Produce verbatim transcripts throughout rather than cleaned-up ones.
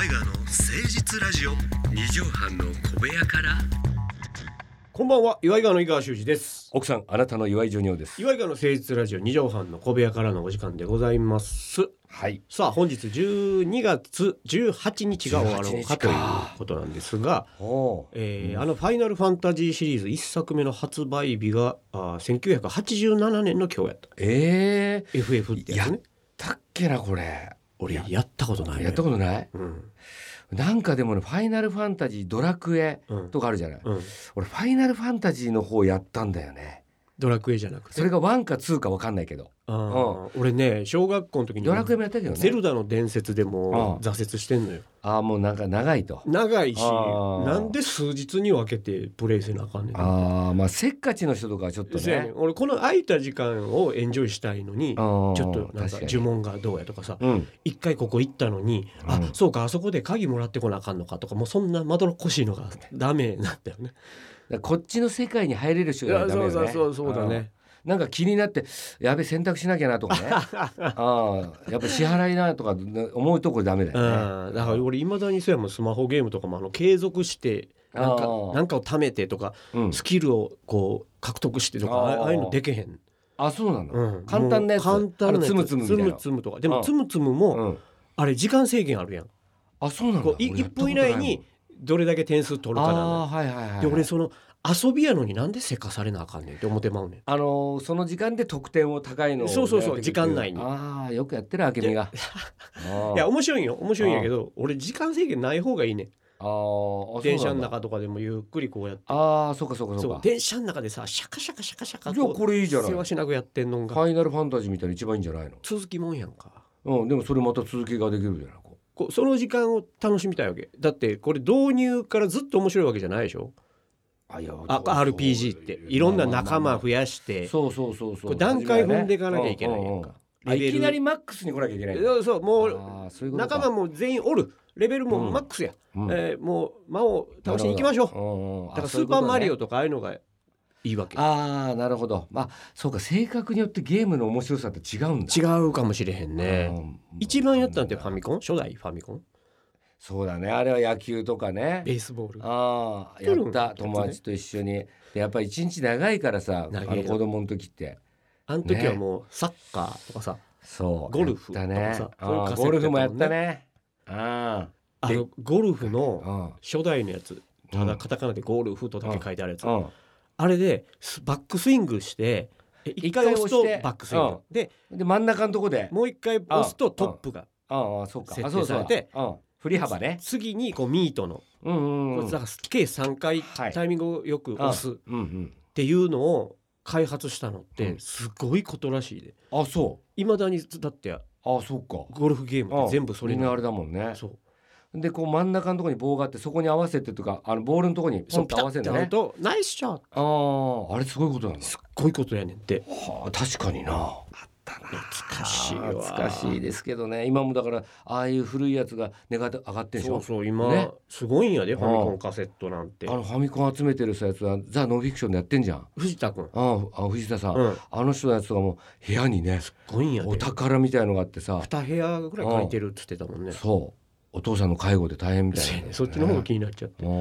岩井川の誠実ラジオ。 二畳半の小部屋から。 こんばんは、岩井川の井川修司です。 奥さん、あなたの岩井ジョニオです。 岩井川の誠実ラジオ二畳半の小部屋からのお時間でございます。 はい。 さあ、本日じゅうにがつじゅうはちにちが終わろうかということなんですが、えー、あのファイナルファンタジーシリーズいっさくめの発売日があせんきゅうひゃくはちじゅうななねんの今日やった。 えー、 エフエフ ってやつね。 やったっけなこれ。 俺やったことない、ね、 やったことない、 うん、 なんかでもね、ファイナルファンタジードラクエとかあるじゃない、うんうん、俺ファイナルファンタジーの方やったんだよね。 ドラクエじゃなくて、 それがワンかツーか分かんないけど、 あ、うん、俺ね小学校の時にドラクエもやったけどね、 ゼルダの伝説でも挫折してんのよ。 ああ、もうなんか長いと長いし、なんで数日に分けてプレイせなあかんねん。 ああ、まあせっかちの人とかはちょっと ね, ね俺この空いた時間をエンジョイしたいのにちょっとなんか呪文がどうやとかさ、うん、一回ここ行ったのに、うん、あそうかあそこで鍵もらってこなあかんのかとか、もうそんなまどろっこしいのがダメなんだよね。 だこっちの世界に入れる人がダメよね。 そうそうそうだね。 なんか気になってやべ選択しなきゃなとかねあやっぱ支払いなとか思うとこダメだよね。 だから俺いまだにそうやもん、スマホゲームとかもあの継続してなんかなんかを貯めてとか、うん、スキルをこう獲得してとか あ, ああいうのでけへん。 あ、そうなの、うん、 簡単なやつ。簡単なやつ、 つむつむみたいな、 つむつむとか。でもつむつむも、うん、あれ時間制限あるやん。 あ、そうなの。 いっぷん以内にどれだけ点数取るかなの。 あ、はいはいはい、 で俺その遊びやのになんでせかされなあかんねんって思ってまうねん。 あのー、その時間で得点を高いのをそうそうそう、時間内に。 ああ、よくやってるあけみがいや面白いんよ、面白いんやけど、俺時間制限ない方がいいねん。 ああ、 電車の中とかでもゆっくりこうやって。 ああ、そうかそうかそうか。 そう、電車の中でさシャカシャカシャカシャカじゃあこれいいじゃない。 世話しなくやってんのがファイナルファンタジーみたいに一番いいんじゃないの。 続きもんやんか。 うん、でもそれまた続きができるじゃない。 こうその時間を楽しみたいわけだって。これ導入からずっと面白いわけじゃないでしょ。あ、いや、あ アールピージー っていろんな仲間増やして、 そうそうそうそう、 段階踏んでいかなきゃいけないやんか。 いきなりマックスに来なきゃいけない。 そうそう、もう仲間も全員おる、レベルもマックスや、うん、えー、もう魔王倒しに行きましょう。だからスーパーマリオとかああいうのがいいわけ。 ああ、なるほど。まあそうか、性格によってゲームの面白さって違うんだ。 違うかもしれへんね。一番やったのってファミコン、初代ファミコン。 そうだね、あれは野球とかね、 ベースボール、 ああやった、友達と一緒に。でやっぱり一日長いからさ、あの子供の時ってあの時はもうサッカーとかさ、 そうゴルフとかさ、 ね、 あゴルフもやったね。ああのゴルフの初代のやつ、ただカタカナでゴルフとだけ書いてあるやつ、うんうん、あれでバックスイングして一回押すとバックスイング、うん、で, で真ん中のとこでもう一回押すとトップが設定されて、振り幅ね、次にこうミートの、うんうんうん、だから計さんかいタイミングをよく押すっていうのを開発したのってすごいことらしいで。 あ、そう。 いまだにだって、あ、 そうか、 ゴルフゲームって全部それにあれだもんね。 そうでこう真ん中のところに棒があって、そこに合わせてとか、あのボールのところにポンと合わせるんだね。 とナイスショット。 ああ、あれすごいことなんだ。 すっごいことやねんって。 はあ、確かにな。あったな。 懐かしいわ。 懐かしいですけどね。今もだからああいう古いやつが値が上がってんでしょ。 そうそう、今、ね、すごいんやで、ファミコンカセットなんて。 あのファミコン集めてるやつはザ・ノンフィクションでやってんじゃん、 藤田君。 ああ、藤田さん、うん、あの人のやつとかも部屋にね、 すごいんやで、 お宝みたいのがあってさ、 に部屋ぐらい借りてるって言ってたもんね。 そう、お父さんの介護で大変みたいな、ね、 そっちの方が気になっちゃって、うん、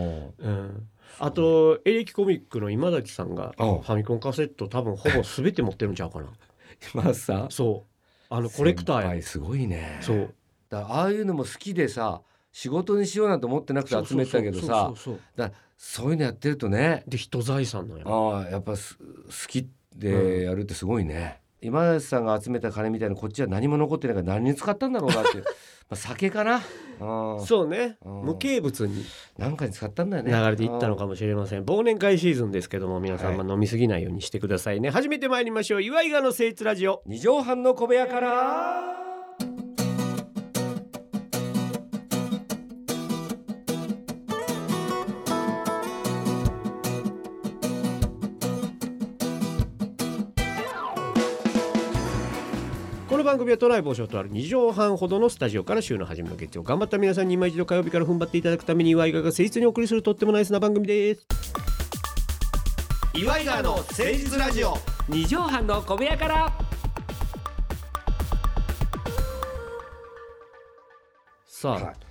あとエレキコミックの今崎さんがファミコンカセット多分ほぼ全て持ってるんちゃうかな今さ、 そう、あのコレクターや。 すごいね。 そうだ、ああいうのも好きでさ、仕事にしようなんて思ってなくて集めてたけどさ、だそういうのやってるとね、 で人財産なんや。 ああ、やっぱ好きでやるってすごいね、うん、今崎さんが集めた金みたいな、こっちは何も残ってないから何に使ったんだろうなってまあ酒かな、 そうね、無形物に何かに使ったんだよね、 流れていったのかもしれません。忘年会シーズンですけども、皆さん、はい、飲みすぎないようにしてくださいね。始めてまいりましょう、岩井川の誠実ラジオ、 二畳半の小部屋から。 この番組は都内某所とあるに畳半ほどのスタジオから週の初めの月曜、頑張った皆さんに今一度火曜日から踏ん張っていただくために、岩井川が誠実にお送りするとってもナイスな番組です。岩井川の誠実ラジオ、 に畳半の小部屋から。 さあ、はい、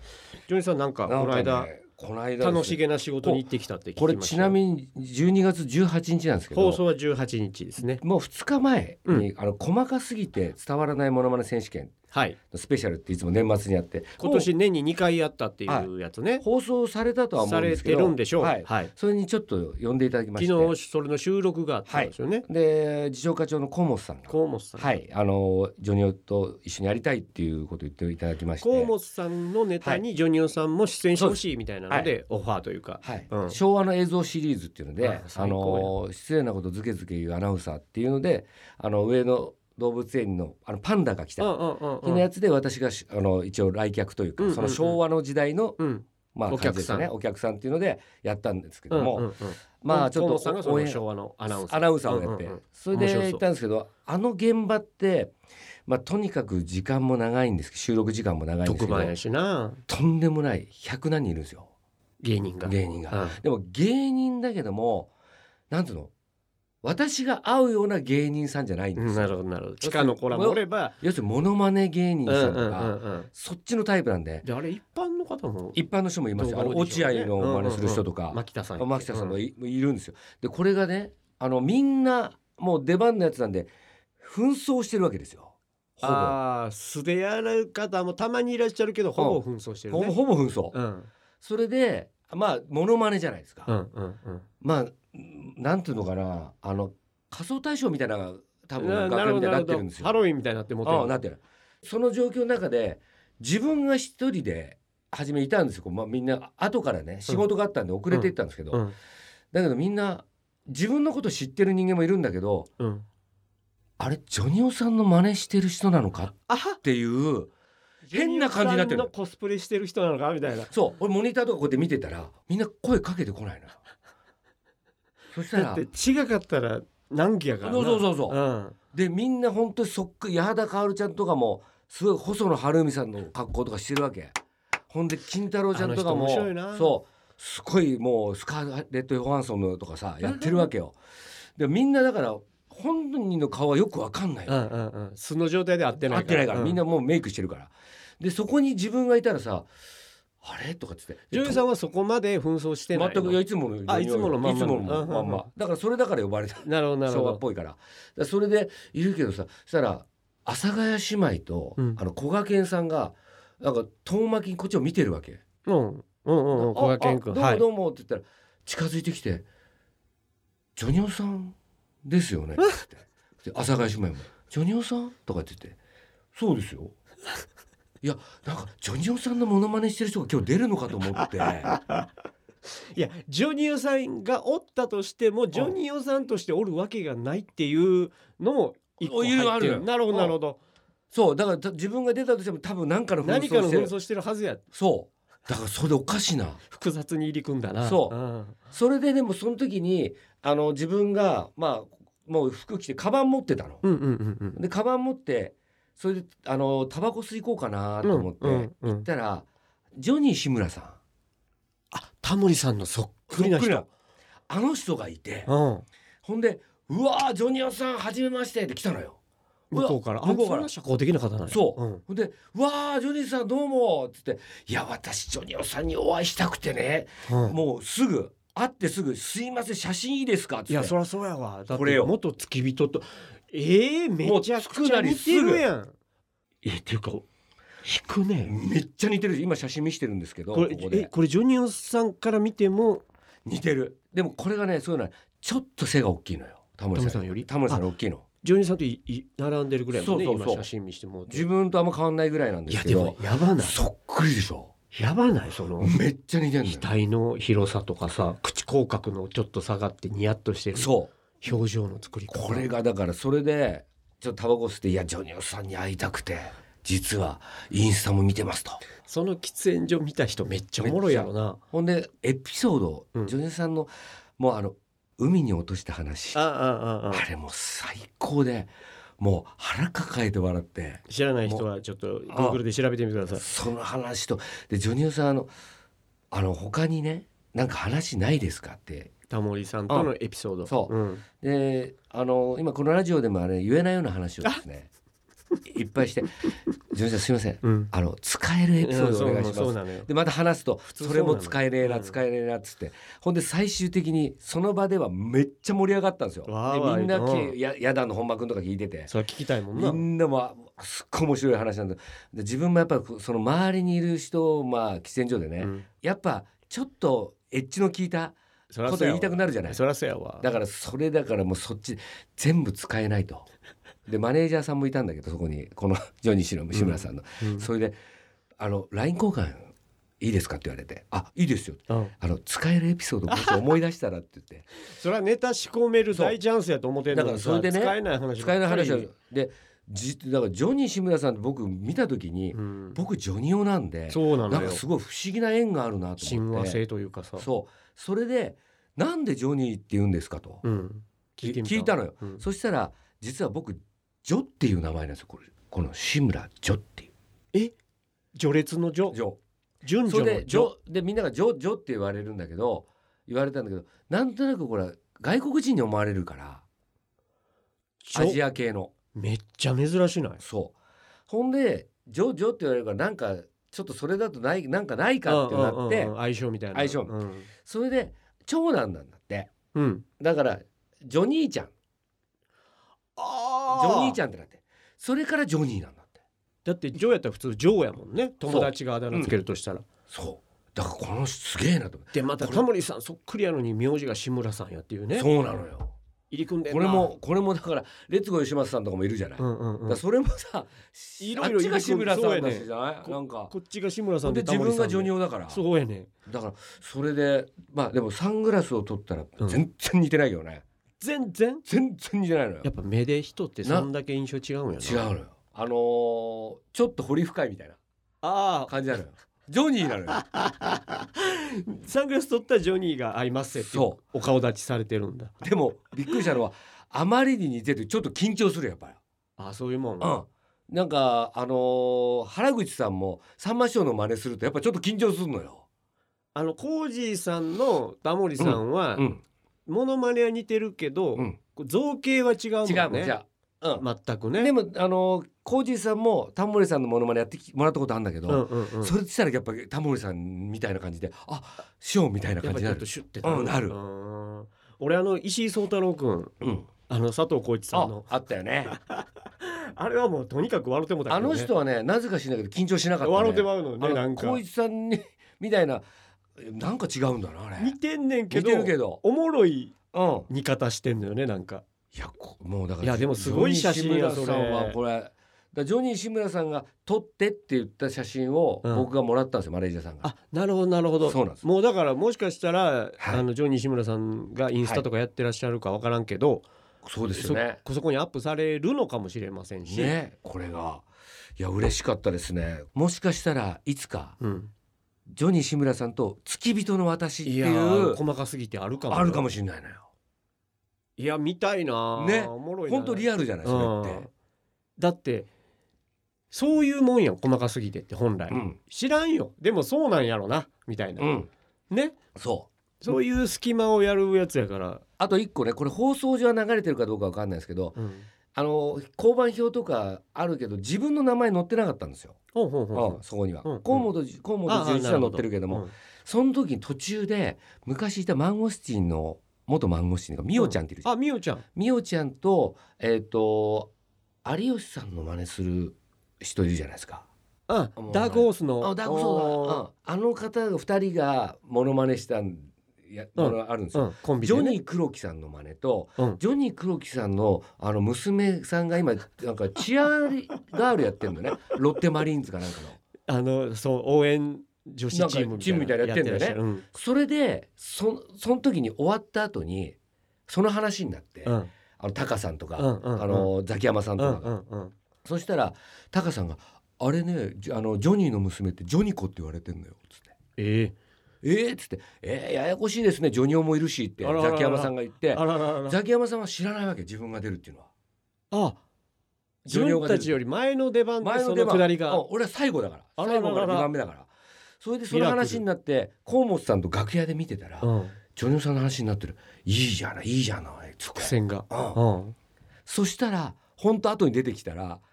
ジョニーさんなんかこの間、ね、この間楽しげな仕事に行ってきたって聞きました。 これちなみにじゅうにがつじゅうはちにちなんですけど、 放送はじゅうはちにちですね。 もうふつかまえに、うん、あの細かすぎて伝わらないモノマネ選手権、はい、スペシャルっていつも年末にやって今年年ににかいやったっていうやつね、はい、 放送されたとは思うんですけどされてるんでしょう、 はいはい、それにちょっと呼んでいただきまして、 昨日それの収録があったんですよね、 はい、で次長課長の河本さんが河本さん、 はい、あのジョニオと一緒にやりたいっていうことを言っていただきまして、 河本さんのネタにジョニオさんも出演してほしいみたいなので、はい、オファーというか、 はいうん、昭和の映像シリーズっていうので、ああの失礼なことずけずけ言うアナウンサーっていうので、あの上野動物園 の, あのパンダが来たのやつで、私があの一応来客というか、うんうんうん、その昭和の時代の、うんまあ、お客さん、ね、お客さんっていうのでやったんですけども、うんうんうん、まあちょっとさんがその昭和のアナウンサーアナウンサーをやって、うんうんうん、それで行ったんですけど、あの現場って、まあ、とにかく時間も長いんですけど、収録時間も長いんですけど、 特番やしな、 とんでもないひゃくなんにんいるんですよ、 芸人が芸人が、うん、でも芸人だけどもなんていうの、私が会うような芸人さんじゃないんですよ、うん、 なるほどなるほど、地下の子らもおれば、 要するにモノマネ芸人さんとか、うんうんうんうん、そっちのタイプなんで、 であれ一般の方も一般の人もいますよ、あの落合の真似する人とか、うんうんうん、 牧田さん牧田さんも い,、うん、いるんですよ。でこれがね、あのみんなもう出番のやつなんで紛争してるわけですよ。 ほぼあ素でやる方もたまにいらっしゃるけど、ほぼ紛争してるね、 うん、ほぼほぼ紛争、うん、それでまあモノマネじゃないですか、うんうんうん、まあなんていうのかな、あの仮想大賞みたいな多分楽屋みたいになってるんですよ。 ハロウィンみたいになってもてる。 ああなってる。その状況の中で自分が一人で初めいたんですよ、まあ、みんな後からね仕事があったんで遅れていったんですけど、うんうん、だけどみんな自分のこと知ってる人間もいるんだけど、うん、あれジョニオさんの真似してる人なのかっていう変な感じになってる。ジョニオさんのコスプレしてる人なのかみたいな。 そう、俺モニターとかこうやって見てたらみんな声かけてこないのよ。そしたらだって違かったら何期やからな。 そうそうそう、うん、でみんな本当にそっくり、八幡薫ちゃんとかもすごい細野晴臣さんの格好とかしてるわけ。ほんで金太郎ちゃんとかもそうすごいもうスカーレット・ヨハンソンのとかさやってるわけよ。でみんなだから本人の顔はよく分かんない、うんうんうん、素の状態で合ってないから、合ってないから、 うん、みんなもうメイクしてるから。でそこに自分がいたらさ、あれとかって言って、 ジョニオさんはそこまで紛争してないの？ 全くいやいつものあいつものまんま、いつものまんまだからそれだから呼ばれた。 なるほどなるほど、 昭和っぽいから。だからそれでいるけどさ、そしたら阿佐ヶ谷姉妹と、うん、あの古賀健さんがなんか遠巻きにこっちを見てるわけ。 うんうんうんうん、古賀健君どうもどうもって言ったら、はい、近づいてきてジョニオさんですよねって阿佐ヶ谷姉妹もジョニオさんとかって言って、そうですよいやなんかジョニオさんのモノマネしてる人が今日出るのかと思っていやジョニオさんがおったとしてもジョニオさんとしておるわけがないっていうのも一個入ってる。なるほどなるほど。 そうだから自分が出たとしても多分何かの紛争してる、 何かの紛争してるはずや。 そうだからそれでおかしいな複雑に入り組んだな。 そう、うん、それででもその時にあの自分がまあもう服着てカバン持ってたの、うんうんうんうん、でカバン持ってそれであのタバコ吸いこうかなと思って、うんうんうん、行ったらジョニー志村さん、 あタモリさんのそっくりな人、 あの人がいて、うん、ほんでうわージョニオさんはじめましてって来たのよ、 向こうから。 向こうから社交的な方なんや。 そう、うん、ほんでうわージョニーさんどうもって言って、いや私ジョニオさんにお会いしたくてね、うん、もうすぐ会ってすぐすいません写真いいですかって。 いやそりゃそうやわ。だって元付き人とえー、めちゃくちゃ似てるやん。えー、っていうか引くね。 めっちゃ似てる。今写真見してるんですけど、 これここでえこれジョニオさんから見ても似てる。でもこれがねそういうのはちょっと背が大きいのよ。タモリさんよりタモリさんの大きいの。 ジョニオさんといい並んでるぐらいもね。そうそうそう、今写真見しても自分とあんま変わんないぐらいなんですけど。 いやでもやばない。 そっくりでしょ。 やばない。そのめっちゃ似てるんだよ。 額の広さとかさ、口口角のちょっと下がってニヤッとしてる。そう表情の作り方。 これがだからそれでちょっとタバコ吸って、いやジョニオさんに会いたくて実はインスタも見てますと。 その喫煙所見た人めっちゃおもろいやろな。 ほんでエピソード、うん、ジョニオさんのもうあの海に落とした話、あ, あ, あ, あ, あれもう最高でもう腹抱えて笑って。 知らない人はちょっと Google で調べてみてください。 その話とでジョニオさんあのあの他にねなんか話ないですかって、 タモリさんとのエピソード。 そう、うん、であの今このラジオでもあれ言えないような話をですねいっぱいしてジョニーさんすいません、 うん、 あの使えるエピソードお願いします、 うん、 でまた話すとそれも使えねえな、うん、使えねえなっつって、ほんで最終的にその場ではめっちゃ盛り上がったんですよ。でみんなややだの本間くんとか聞いてて、 それ聞きたいもんな。 みんなもすっごい面白い話なんだ。で自分もやっぱりその周りにいる人、まあ喫煙所でね、うん、やっぱちょっとエッジの効いたこと言いたくなるじゃない。 そらそうやわ。 だからそれだからもうそっち全部使えないと。でマネージャーさんもいたんだけど、そこにこのジョニー氏の志村さんの、うんうん、それであの ライン 交換いいですかって言われて、あいいですよ、うん、あの使えるエピソードもし思い出したらって言ってそれはネタ仕込める大チャンスやと思ってんの。 だからそれでね、 使えない話使えない話で、じだからジョニー志村さんって僕見た時に、うん、僕ジョニオなんで、 そうなのよ、 なんかすごい不思議な縁があるなと思って、 親和性というかさ、 そうそれでなんでジョニーって言うんですかと、うん、聞いてみた、聞いたのよ、うん、そしたら実は僕ジョっていう名前なんですよ。これこの志村ジョっていう、 え序列のジョ、 ジョ順序のジョでみんながジョジョって言われるんだけど、言われたんだけど、なんとなくこれ外国人に思われるから、アジア系のめっちゃ珍しない？ そうほんでジョジョって言われるから、なんかちょっとそれだとないなんかないかってなって、うんうんうん、 相性みたいな相性、うん、それで長男なんだって、 うん、 だからジョニーちゃん、 あジョニーちゃんってなって、それからジョニーなんだって。 だってジョーやったら普通ジョーやもんね、友達があだ名つけるとしたら。 そう、うん、そうだからこの人すげえなと。 でまたタモリさんそっくりやのに名字が志村さんやっていうね。 そうなのよ、 入り組んでんな。 これもこれもだからレッツゴー吉松さんとかもいるじゃない、うんうんうん、だそれもさいろいろあっちが志村さんだしじゃない、なんかこっちが志村さんで自分がジョニオだから。 そうやね。 だからそれでまあでもサングラスを取ったら全然似てないよね、うん、 全然全然似てないのよ。 やっぱ目で人ってそんだけ印象違うんやな。 違うのよ、あのー、ちょっと彫り深いみたいな感じなのよ。ジョニーなのよサングラス取ったジョニーが合いますってお顔立ちされてるんだ。 でもびっくりしたのはあまりに似ててちょっと緊張するやっぱり。 あ、そういうもん、 うん、なんかあのー、原口さんもさんま師匠の真似するとやっぱちょっと緊張するのよ。 あのコージーさんのタモリさんは、うんうん、モノマネは似てるけど、うん、造形は違うもんね。 違うもんじゃあ、うん、 全くね。 でもあのコージーさんもタモリさんのモノマネやってもらったことあるんだけど、うんうんうん、それしたらやっぱりタモリさんみたいな感じで、あ師匠みたいな感じになる。やっぱちょっとシュッてなる、うん、なる。 俺あの石井聡太郎くん、うん、あの佐藤浩市さんのあ, あったよねあれはもうとにかく笑ってもたけど、ね、 あの人はねなぜか知らないけど緊張しなかったね。 笑ってまうのね。なんか浩市さんにみたいななんか違うんだなあれ。 似てんねんけど、 似てるけどおもろい似方してんのよねなんか。 いやもうだからいやでもすごい写真やそれ。 ジョニー志村さんはこれだジョニー志村さんが撮ってって言った写真を僕がもらったんですよ、うん、マネージャーさんが。 あ、なるほどなるほど。 そうなんです。 もうだからもしかしたら、はい、あのジョニー志村さんがインスタとかやってらっしゃるか分からんけど、はい、 そうですよね。 そ, そこにアップされるのかもしれませんしね。これがいや嬉しかったですね。もしかしたらいつか、うん、ジョニー志村さんと付き人の私っていう、 いや細かすぎてあるかもあるかもしれないのよ。 いや見たいなね。 おもろいな。本当リアルじゃないそれって。 だってそういうもんやん細かすぎてって本来、うん、知らんよ。でもそうなんやろなみたいな、うん、ね。 そうそういう隙間をやるやつやから。 あと一個ね、これ放送上は流れてるかどうか分かんないですけど、うん、あの交番表とかあるけど自分の名前載ってなかったんですよ。 ほうほうほう、 うん、そこには、うんうん、河本河本純一は載ってるけども、うん、その時に途中で昔いたマンゴスティンの元マンゴスティンがミオちゃんっているじゃん、 うん、あミオちゃんミオちゃんとえっ、ー、と有吉さんの真似する人いるじゃないですか。 あダークホースのあダークホースだ、あ, あの方がふたりがモノマネしたんや、うん、あるんですよ、うんコンビでね、ジョニー黒木さんの真似と、うん、ジョニー黒木さんのあの娘さんが今なんかチアガールやってるのねロッテマリーンズかなんかのあのそう応援女子チームみたいなチームみたいなやってるんだよね、うん、それでそその時に終わった後にその話になって、うん、あのタカさんとか、うんうんうん、あのザキヤマさんとかが、うんうんうん、そしたらタカさんがあれねあのジョニーの娘ってジョニコって言われてんのよつって、 えーえーっつってえー、ややこしいですねジョニオもいるしってザキヤマさんが言って、あららららザキヤマさんは知らないわけ自分が出るっていうのは。 あ自分たちより前の出番でそのくだりが、 俺は最後だから最後からにばんめだから。それでその話になって河本さんと楽屋で見てたら、うん、ジョニオさんの話になってるいいじゃないいいじゃない伏線が、 うんうん、そしたら本当後に出てきたら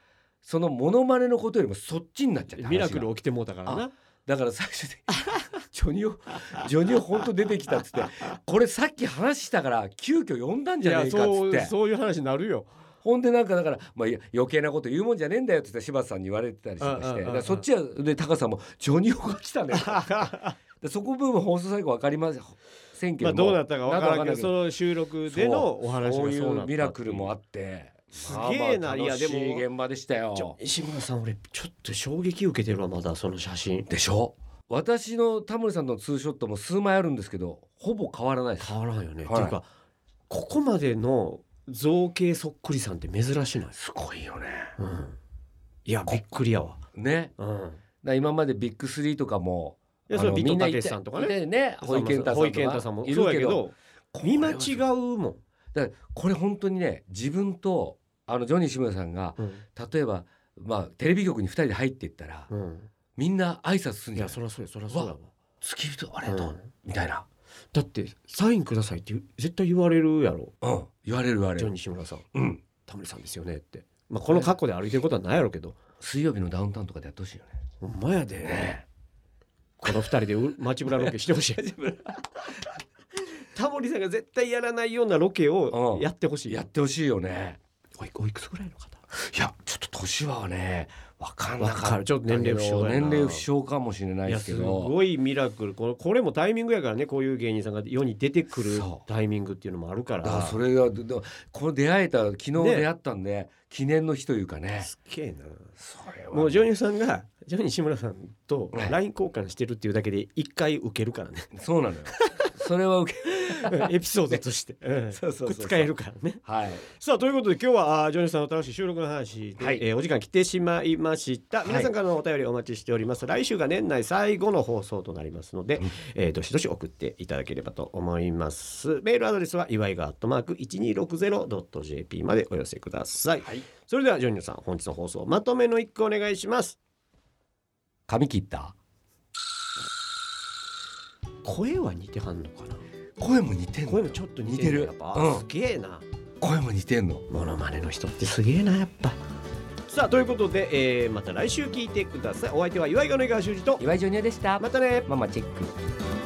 そのモノマネのことよりもそっちになっちゃってミラクル起きてもうたからな。 だから最初でジョニオジョニオ本当出てきたっつってこれさっき話したから急遽呼んだんじゃねえかっつってそう、そういう話になるよ。 ほんでなんかだから、まあ、余計なこと言うもんじゃねえんだよってって柴田さんに言われてたりとかして、だからそっちはで高さんもジョニオが来たねでそこ部分放送最後分かりませんけども、 まあ、どうなったか分からんけどその収録でのお話がそうなったっていう、そういうミラクルもあってすげえな。いやでも楽しい現場でしたよ。 石村さん俺ちょっと衝撃受けてるわまだその写真でしょ。私のタモリさんのツーショットも数枚あるんですけどほぼ変わらないです。 変わらんよね、はい、っていうかここまでの造形そっくりさんって珍しない？ すごいよね、 うん、いやびっくりやわね、うん、だ今までビッグスリーとかもいやそれビトタケさんとかね、 ねホイケンタさんもいるけど見間違うもん。 だからこれ本当にね自分とあのジョニー志村さんが、うん、例えば、まあ、テレビ局にふたりで入っていったら、うん、みんな挨拶するんじゃない。 いやそりゃそうやそりゃそうだわ付き人ありがとう、うん、みたいな。 だってサインくださいって絶対言われるやろ、 うん、言われる言われる。 ジョニー志村さん、うん、タモリさんですよねって、まあ、この格好で歩いてることはないやろうけど、 水曜日のダウンタウンとかでやってほしいよね。 ほんまやで、ね、このふたりで街ブラロケしてほしいタモリさんが絶対やらないようなロケをやってほしい、 うん、やってほしいよね。 お い, おいくつぐらいの方？ いやちょっと年はね分かんなかった。 ちょっと年齢不詳年齢不詳かもしれないですけど、いやすごいミラクル。これ、これもタイミングやからね。こういう芸人さんが世に出てくるタイミングっていうのもあるから。 だからそれがこの出会えた昨日出会ったんで、ね、記念の日というかね。 すげえな。 それはもうジョニーさんがジョニー志村さんと ライン 交換してるっていうだけで一回受けるからね。 そうなのよそれは受けエピソードとして、うん、そうそうそうそう使えるからね。 はい。 さあということで今日はあジョニーさんの楽しい収録の話で、はい、えー、お時間来てしまいました。皆さんからのお便りお待ちしております。来週が年内最後の放送となりますので、うん、えー、どしどし送っていただければと思います。メールアドレスは祝いがアットマーク いちにーろくぜろドットジェーピー までお寄せください、はい、それではジョニーさん本日の放送まとめの一句お願いします。 髪切った？ 声は似てはんのかな。 声も似てんの。 声もちょっと似てる。やっぱ、うん、すげえな。 声も似てんの。 モノマネの人ってすげえなやっぱ。さあということで、えー、また来週聞いてください。お相手は岩井川の井川修司と岩井ジョニオでした。 またね。 ママチェック。